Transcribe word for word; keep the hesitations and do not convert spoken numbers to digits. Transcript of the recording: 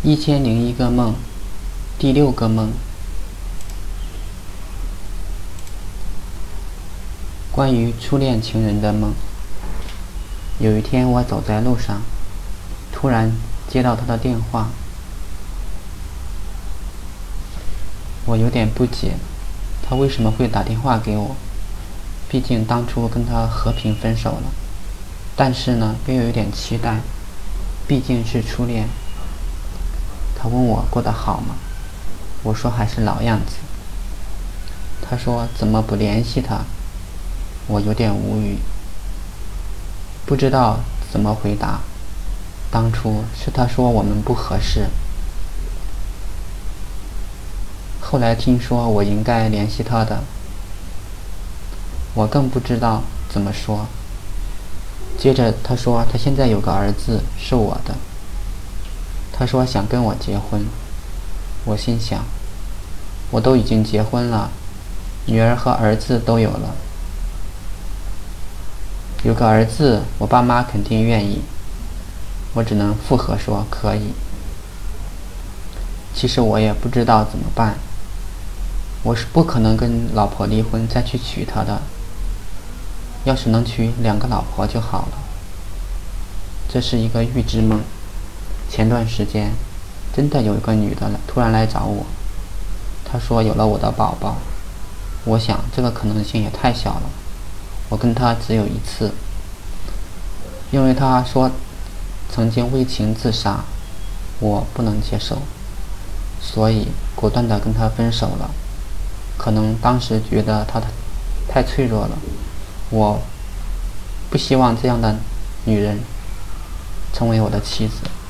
一千零一个梦，第六个梦，关于初恋情人的梦。有一天，我走在路上，突然接到他的电话，我有点不解，他为什么会打电话给我？毕竟当初跟他和平分手了，但是呢，又有点期待，毕竟是初恋。他问我过得好吗？我说还是老样子。他说怎么不联系他？我有点无语，不知道怎么回答。当初是他说我们不合适，后来听说我应该联系他的，我更不知道怎么说。接着他说他现在有个儿子是我的，他说想跟我结婚。我心想，我都已经结婚了，女儿和儿子都有了，有个儿子我爸妈肯定愿意。我只能附和说可以。其实我也不知道怎么办，我是不可能跟老婆离婚再去娶她的，要是能娶两个老婆就好了。这是一个预知梦。前段时间真的有一个女的突然来找我，她说有了我的宝宝。我想这个可能性也太小了，我跟她只有一次，因为她说曾经为情自杀，我不能接受，所以果断地跟她分手了。可能当时觉得她太脆弱了，我不希望这样的女人成为我的妻子。